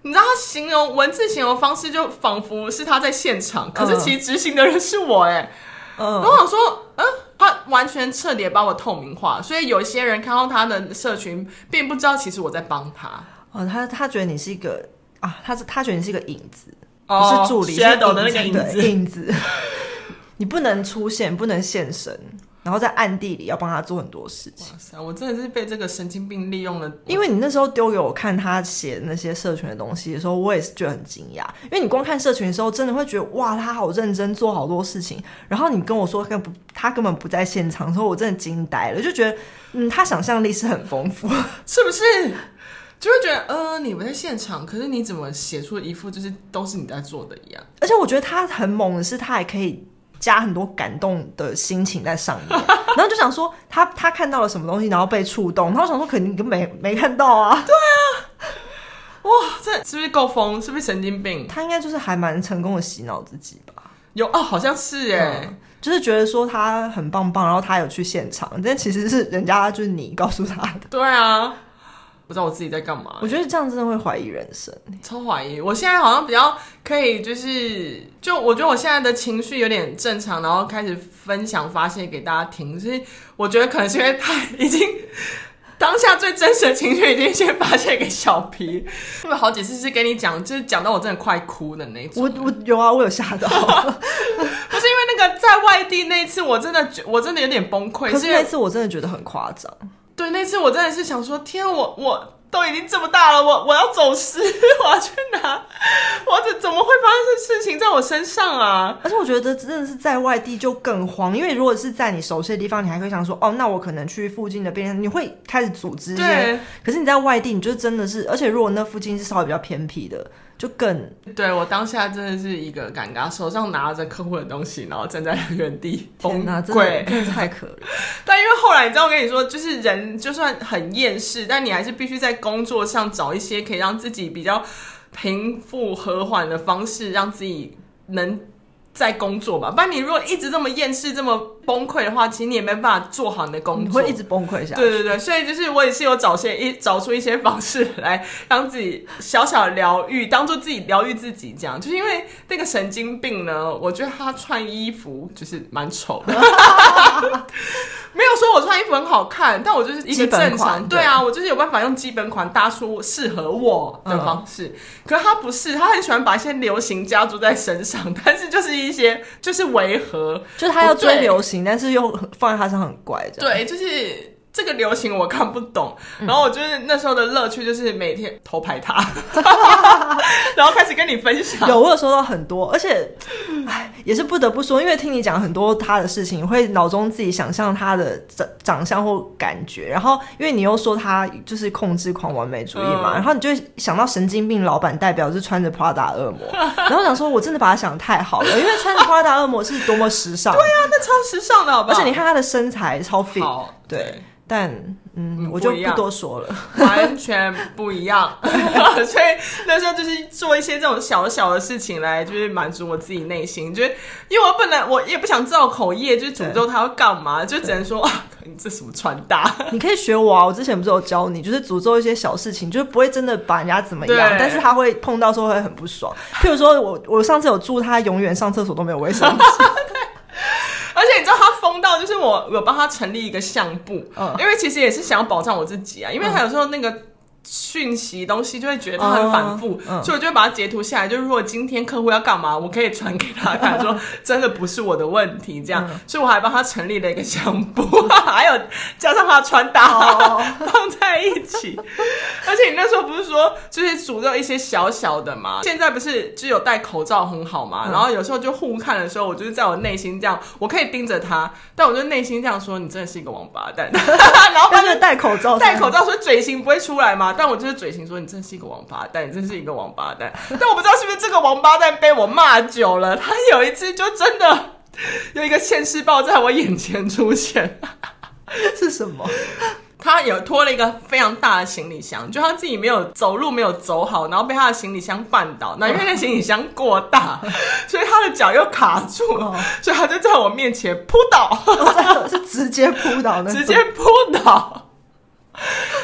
你知道他形容文字形容方式就仿佛是他在现场，可是其实执行的人是我哎、欸。嗯，然后我想说，嗯，他完全彻底把我透明化，所以有一些人看到他的社群，并不知道其实我在帮他。 哦，他他觉得你是一个啊，他他觉得你是一个影子， 哦、 不是助理， shadow 的那个影子， 影子，你不能出现，不能现身。然后在暗地里要帮他做很多事情。 哇塞，我真的是被这个神经病利用了。 因为你那时候丢给我看他写那些社群的东西的时候，我也是觉得很惊讶。因为你光看社群的时候，真的会觉得哇，他好认真，做好多事情。然后你跟我说他根本不在现场的时候，我真的惊呆了，就觉得嗯，他想象力是很丰富， 是不是？就会觉得呃，你不在现场，可是你怎么写出一副就是都是你在做的一样？ 而且我觉得他很猛的是，他还可以加很多感动的心情在上面，然后就想说他他看到了什么东西，然后被触动，然后想说肯定你根本没没看到啊。 对啊，哇，这是不是够疯？是不是神经病？ 他应该就是还蛮成功的洗脑自己吧？ 有哦，好像是耶、嗯， 就是觉得说他很棒棒，然后他有去现场，但其实是人家就是你告诉他的。 对啊。不知道我自己在干嘛， 我觉得这样真的会怀疑人生， 超怀疑。我现在好像比较可以，就是就我觉得我现在的情绪有点正常，然后开始分享发泄给大家听。所以我觉得可能是因为他已经当下最真实的情绪已经先发泄给小皮，因为好几次是跟你讲，就是讲到我真的快哭的那种。 我我有啊，我有吓到。 不是因为那个在外地那一次，我真的我真的有点崩溃。 可是那次我真的觉得很夸张。 对，那次我真的是想说，天，我我都已经这么大了，我我要走失，我要去哪？我怎怎么会发生这事情在我身上啊？ 而且我觉得真的是在外地就更慌，因为如果是在你熟悉的地方，你还会想说，哦，那我可能去附近的便利店，你会开始组织一些。可是你在外地，你就真的是，而且如果那附近是稍微比较偏僻的，就更…… 对，我当下真的是一个尴尬，手上拿着客户的东西，然后站在原地崩溃， 真的真的太可怜。 但因为后来你知道，我跟你说，就是人就算很厌世，但你还是必须在工作上找一些可以让自己比较平复和缓的方式，让自己能在工作吧。不然你如果一直这么厌世、这么崩溃的话，其实你也没办法做好你的工作， 你会一直崩溃下去。 对对对，所以就是我也是有找些一找出一些方式来让自己小小疗愈，当做自己疗愈自己这样。就是因为那个神经病呢，我觉得他穿衣服就是蛮丑的。没有说我穿衣服很好看，但我就是一个正常，对啊，我就是有办法用基本款搭出适合我的方式。嗯、可是他不是，他很喜欢把一些流行加注在身上，但是就是一些就是违和， 就是他要追流行，但是又放在他身上很怪这样。 对，就是这个流行我看不懂，然后我就是那时候的乐趣就是每天偷拍他，然后开始跟你分享。 有，我有收到很多，而且唉也是不得不说，因为听你讲很多他的事情，会脑中自己想象他的长长相或感觉，然后因为你又说他就是控制狂完美主义嘛、嗯、然后你就会想到神经病老板代表是穿着 Prada 恶魔，然后想说我真的把他想得太好了，因为穿着 Prada 恶魔是多么时尚。 对啊，那超时尚的好不好？ 而且你看他的身材超 fit， 对， 对，但嗯，我就不多说了， 完全不一样。所以那时候就是做一些这种小小的事情来，就是满足我自己内心。就是因为我本来我也不想造口业，就是诅咒他要干嘛，就只能说啊，你这什么穿搭？ 你可以学我啊！我之前不是有教你，就是诅咒一些小事情，就是不会真的把人家怎么样，但是他会碰到时候会很不爽。譬如说我我上次有祝他永远上厕所都没有卫生纸。 而且你知道他疯到，就是我有帮他成立一个相簿、嗯，因为其实也是想要保障我自己啊，因为他有时候那个讯息东西就会觉得他很反复、嗯嗯，所以我就会把它截图下来。就如果今天客户要干嘛，我可以传给他看，说真的不是我的问题这样。嗯、所以我还帮他成立了一个相簿，还有加上他的穿搭、哦、放在一起。而且你那时候不是说就是诅咒一些小小的嘛？现在不是就有戴口罩很好嘛、嗯？然后有时候就互看的时候，我就是在我内心这样，我可以盯着他，但我就内心这样说：“你真的是一个王八蛋。”然后他就戴口罩， 戴口罩，所以嘴型不会出来嘛。但我就是嘴型说你真是一个王八蛋，你真是一个王八蛋。但我不知道是不是这个王八蛋被我骂久了，他有一次就真的有一个现世报在我眼前出现。 是什么？ 他有拖了一个非常大的行李箱，就他自己没有走路没有走好，然后被他的行李箱绊倒。那因为那行李箱过大，所以他的脚又卡住，所以他就在我面前扑倒， 哦、是直接扑倒那种， 直接扑倒。天啊！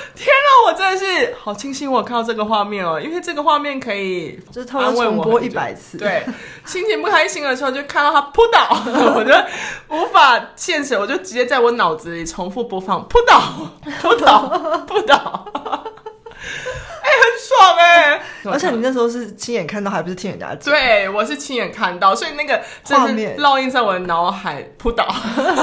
到我真的是好庆幸我有看到这个画面哦，因为这个画面可以就是他会重播一百次。 对，心情不开心的时候就看到他扑倒，我就无法现实，我就直接在我脑子里重复播放扑倒扑倒扑倒。哎、欸，很爽哎、欸！ 而且你那时候是亲眼看到，还不是听人家讲？ 对，我是亲眼看到，所以那个真的是烙印在我的脑海，扑倒。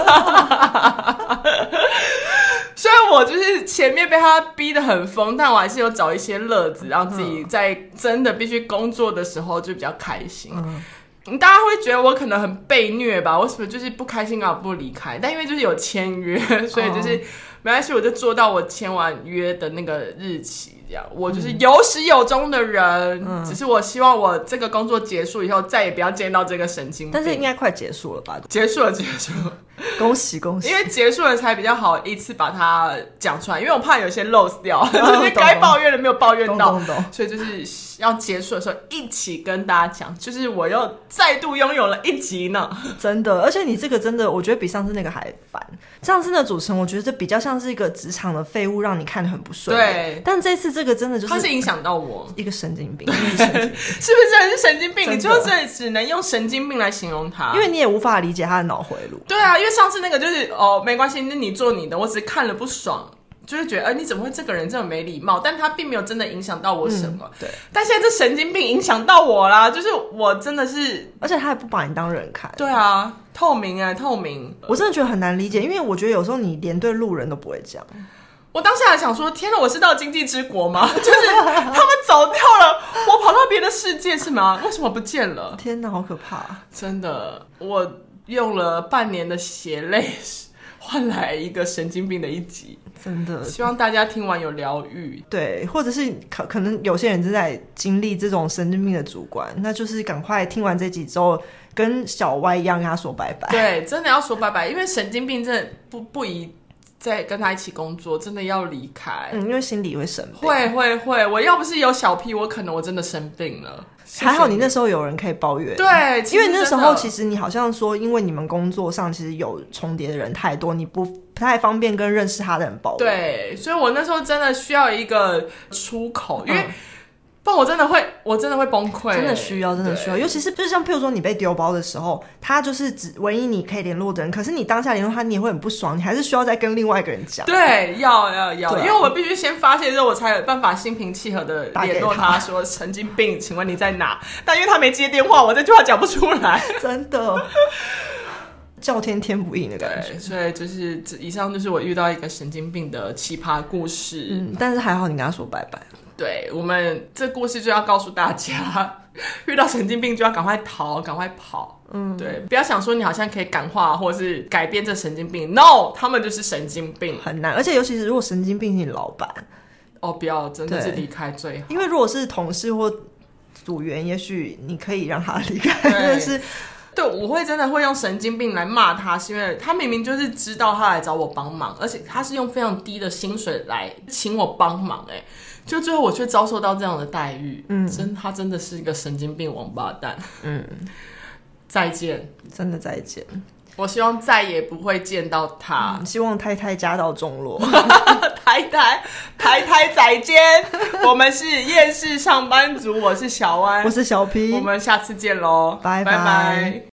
虽然我就是前面被他逼得很疯，但我还是有找一些乐子，让自己在真的必须工作的时候就比较开心。嗯，大家会觉得我可能很被虐吧？为什么就是不开心啊不离开？但因为就是有签约，所以就是没关系，我就做到我签完约的那个日期。我就是有始有终的人、嗯、只是我希望我这个工作结束以后再也不要见到这个神经病。 但是应该快结束了吧？ 结束了结束了， 恭喜恭喜！ 因为结束了才比较好一次把它讲出来，因为我怕有些 lose 掉，就是该抱怨的没有抱怨到，所以就是要结束的时候一起跟大家讲，就是我又再度拥有了一集呢。 真的，而且你这个真的我觉得比上次那个还烦。上次的组成我觉得这比较像是一个职场的废物，让你看得很不顺。 对， 但这次这个真的就是它是影响到我一个神经病，是不是真的是神经病？你就这只能用神经病来形容他， 因为你也无法理解他的脑回路。 对啊，因为上次那个就是哦没关系，那你做你的，我只是看了不爽，就是觉得哎、呃、你怎么会这个人这么没礼貌？但他并没有真的影响到我什么、嗯。对，但现在这神经病影响到我啦，就是我真的是， 而且他还不把你当人看。 对啊，透明哎、欸，透明， 我真的觉得很难理解，因为我觉得有时候你连对路人都不会这样。 我当下还想说，天哪，我是到经济之国吗？就是他们走掉了，我跑到别的世界是吗？为什么不见了？ 天哪，好可怕！ 真的，我用了半年的血泪换来一个神经病的一集， 真的。 希望大家听完有疗愈。 对，或者是可可能有些人正在经历这种神经病的主管，那就是赶快听完这集之后，跟小歪一样跟他说拜拜。 对，真的要说拜拜，因为神经病真的不不宜再跟他一起工作，真的要离开。 嗯，因为心里会生病。 会会会，我要不是有小 P， 我可能我真的生病了。 还好你那时候有人可以抱怨。 对， 因为那时候其实你好像说，因为你们工作上其实有重叠的人太多，你不不太方便跟认识他的人抱怨。 对，所以我那时候真的需要一个出口，因为、嗯不然我真的会，我真的会崩溃， 真的需要，真的需要。尤其是就是像譬如说你被丢包的时候，他就是只唯一你可以联络的人，可是你当下联络他，你也会很不爽，你还是需要再跟另外一个人讲。 对，要要要、啊，因为我必须先发泄之后，我才有办法心平气和的联络他说神经病，请问你在哪？但因为他没接电话，我这句话讲不出来， 真的。叫天天不应的感觉。 所以就是以上就是我遇到一个神经病的奇葩故事。 嗯，但是还好你跟他说拜拜。 对，我们这故事就要告诉大家，遇到神经病就要赶快逃，赶快跑。嗯，对，不要想说你好像可以感化或是改变这神经病 ，no， 他们就是神经病， 很难。而且尤其是如果神经病是你老板， 哦，不要，真的是离开最好。 因为如果是同事或组员，也许你可以让他离开，但是。 对，我会真的会用神经病来骂他，是因为他明明就是知道他来找我帮忙，而且他是用非常低的薪水来请我帮忙、欸，哎，就最后我却遭受到这样的待遇，嗯，真他真的是一个神经病王八蛋，嗯，再见， 真的再见。 我希望再也不会见到他。 嗯、希望太太家道中落。 太太，太太再见。我们是厌世上班族，我是小安， 我是小 P， 我们下次见喽， 拜拜。 拜拜。